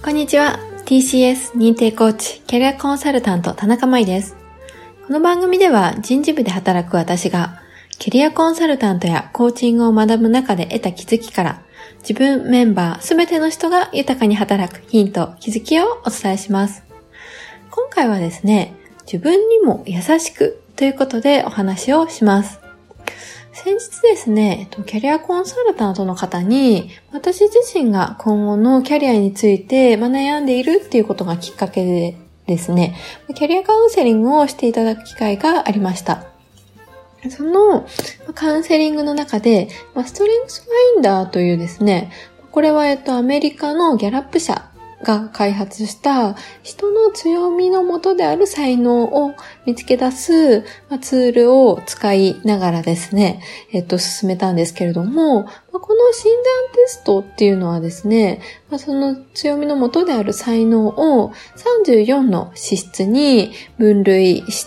こんにちは。TCS 認定コーチ、キャリアコンサルタント田中舞です。この番組では人事部で働く私が、キャリアコンサルタントやコーチングを学ぶ中で得た気づきから、自分、メンバー、すべての人が豊かに働くヒント、気づきをお伝えします。今回はですね、自分にも優しくということでお話をします。先日ですね、キャリアコンサルタントの方に、私自身が今後のキャリアについて悩んでいるっていうことがきっかけでですね、キャリアカウンセリングをしていただく機会がありました。そのカウンセリングの中で、ストレングスファインダーというですね、これはアメリカのギャラップ社が開発した人の強みの元である才能を見つけ出すツールを使いながらですね、進めたんですけれども、この診断テストっていうのはですね、その強みの元である才能を34の資質に分類して、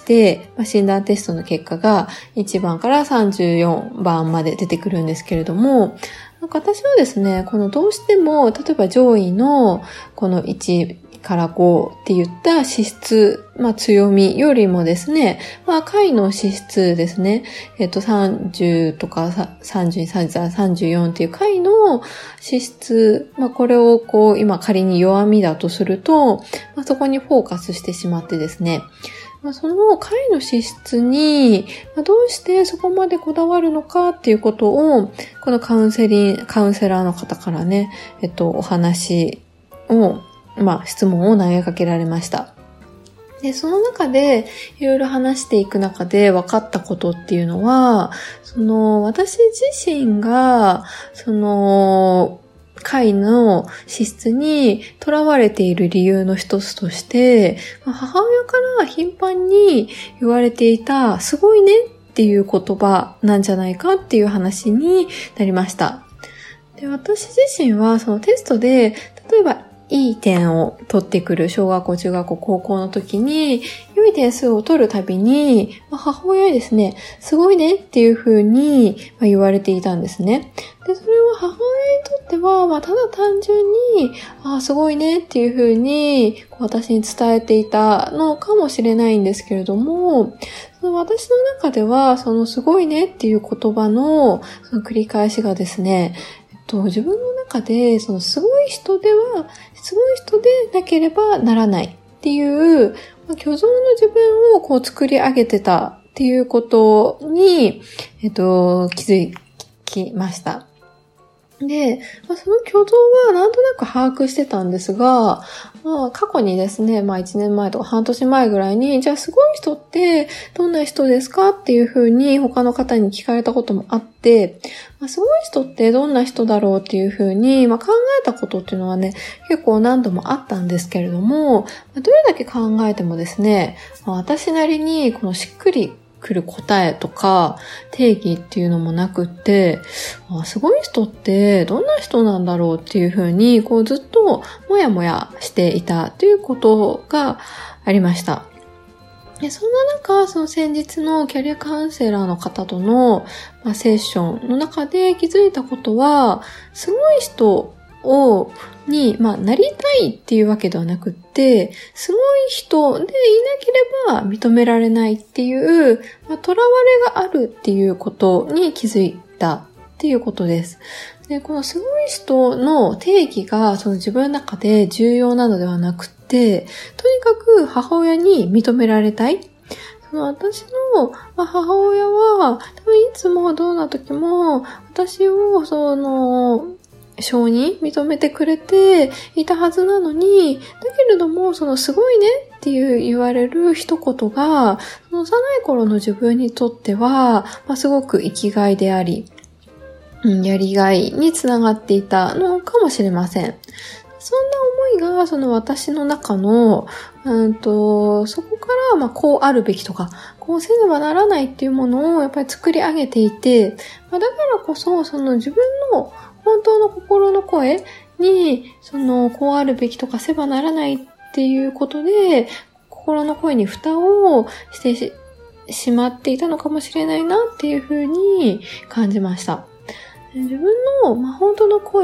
診断テストの結果が1番から34番まで出てくるんですけれども、私はですね、このどうしても、例えば上位のこの1から5って言った資質、強みよりもですね、下位の資質ですね、30とか32、34っていう下位の資質、これを今仮に弱みだとすると、そこにフォーカスしてしまってですね、その下位の資質にどうしてそこまでこだわるのかっていうことを、このカウンセラーの方からね、お話を、質問を投げかけられました。で、その中でいろいろ話していく中で分かったことっていうのは、私自身が、下位の資質にとらわれている理由の一つとして、母親から頻繁に言われていたすごいねっていう言葉なんじゃないかっていう話になりました。で、私自身はそのテストで、例えばいい点を取ってくる小学校、中学校、高校の時に良い点数を取るたびに、母親にですね、すごいねっていう風に言われていたんですね。で、それは母親にとっては、ただ単純に、すごいねっていう風に私に伝えていたのかもしれないんですけれども、私の中では、すごいねっていう言葉の繰り返しがですね、自分の中で、すごい人でなければならないっていう、虚像の自分を作り上げてたっていうことに、気づきました。で、その虚像はなんとなく把握してたんですが、過去にですね、1年前とか半年前ぐらいに、じゃあすごい人ってどんな人ですかっていうふうに他の方に聞かれたこともあって、すごい人ってどんな人だろうっていうふうに、考えたことっていうのはね、結構何度もあったんですけれども、どれだけ考えてもですね、私なりにこのしっくり来る答えとか定義っていうのもなくって、すごい人ってどんな人なんだろうっていうふうにずっともやもやしていたということがありました。で、そんな中、先日のキャリアカウンセラーの方との、セッションの中で気づいたことは、すごい人に、なりたいっていうわけではなくって、すごい人でいなければ認められないっていう、囚われがあるっていうことに気づいたっていうことです。で、このすごい人の定義が自分の中で重要なのではなくて、とにかく母親に認められたい。私の母親は、多分いつもどんな時も私を承認認めてくれていたはずなのに、だけれども、すごいねって言われる一言が、幼い頃の自分にとっては、すごく生きがいであり、やりがいにつながっていたのかもしれません。そんな思いが、私の中の、そこから、こうあるべきとか、こうせねばならないっていうものをやっぱり作り上げていて、だからこそ、自分の本当の心の声に、こうあるべきとかせばならないっていうことで、心の声に蓋をしてしまっていたのかもしれないなっていうふうに感じました。自分の、本当の心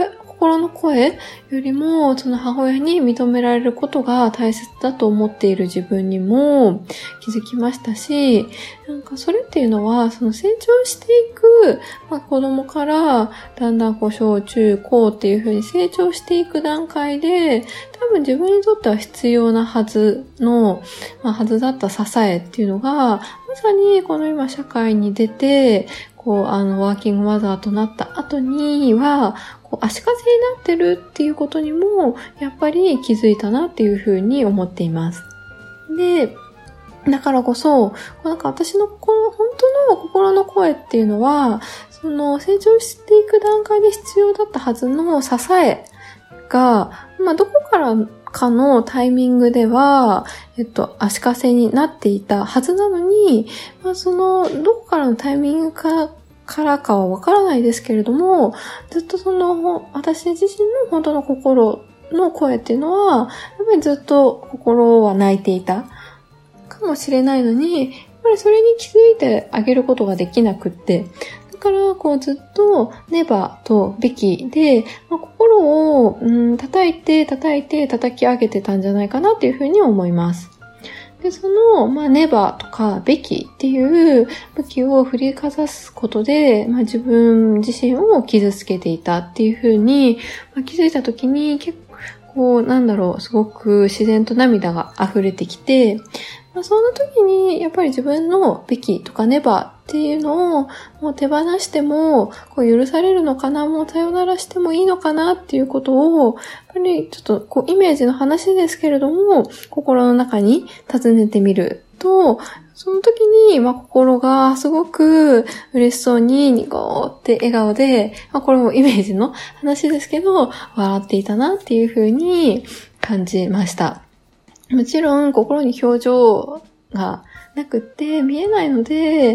心の声よりも、その母親に認められることが大切だと思っている自分にも気づきましたし、なんかそれっていうのは、その成長していく、子供からだんだん小中高っていう風に成長していく段階で、多分自分にとっては必要なはずだった支えっていうのが、まさにこの今社会に出て、ワーキングマザーとなった後には、足かせになってるっていうことにも、やっぱり気づいたなっていうふうに思っています。で、だからこそ、なんか私の本当の心の声っていうのは、その成長していく段階で必要だったはずの支えが、どこからかのタイミングでは、足かせになっていたはずなのに、どこからのタイミングからかはわからないですけれども、ずっと私自身の本当の心の声っていうのは、やっぱりずっと心は泣いていたかもしれないのに、やっぱりそれに気づいてあげることができなくって、だからずっとネバとべきで、心を叩き上げてたんじゃないかなっていうふうに思います。で、ネバとかべきっていう武器を振りかざすことで、自分自身を傷つけていたっていうふうに、気づいたときに結構すごく自然と涙が溢れてきて、そんな時にやっぱり自分のべきとかネバっていうのをもう手放しても許されるのかな、もうさよならしてもいいのかなっていうことを、やっぱりちょっとイメージの話ですけれども、心の中に尋ねてみると、その時に心がすごく嬉しそうにニコーって笑顔で、これもイメージの話ですけど、笑っていたなっていう風に感じました。もちろん心に表情がなくって見えないので、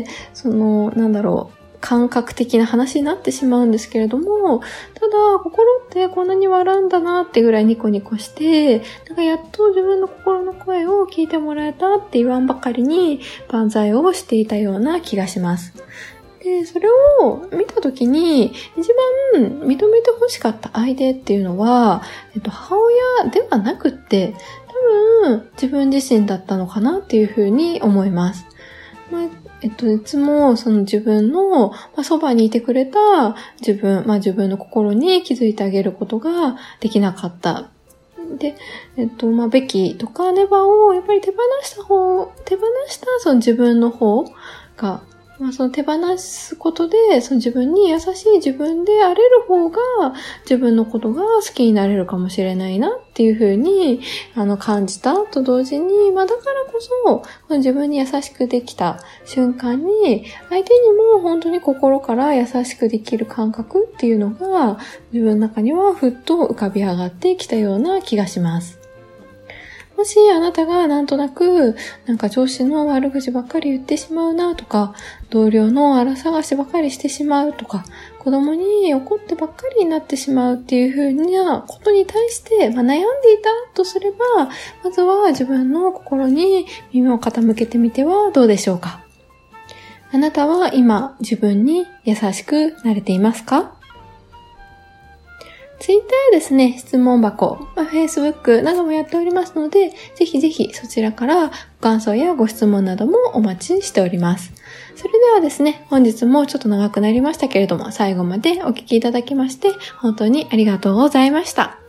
感覚的な話になってしまうんですけれども、ただ心ってこんなに笑うんだなってぐらいニコニコして、やっと自分の心の声を聞いてもらえたって言わんばかりに万歳をしていたような気がします。で、それを見たときに一番認めて欲しかった相手っていうのは、母親ではなくって多分自分自身だったのかなっていうふうに思います。いつも自分のそばにいてくれた自分の心に気づいてあげることができなかった。で、べきとかネバをやっぱり手放した自分の方が、手放すことで、自分に優しい自分であれる方が、自分のことが好きになれるかもしれないなっていう風に、感じたと同時に、だからこそ、自分に優しくできた瞬間に、相手にも本当に心から優しくできる感覚っていうのが、自分の中にはふっと浮かび上がってきたような気がします。もしあなたがなんとなく上司の悪口ばっかり言ってしまうなとか、同僚の荒探しばっかりしてしまうとか、子供に怒ってばっかりになってしまうっていう風なことに対して悩んでいたとすれば、まずは自分の心に耳を傾けてみてはどうでしょうか。あなたは今自分に優しくなれていますか？ツイッターですね、質問箱、Facebook などもやっておりますので、ぜひぜひそちらからご感想やご質問などもお待ちしております。それではですね、本日もちょっと長くなりましたけれども、最後までお聞きいただきまして、本当にありがとうございました。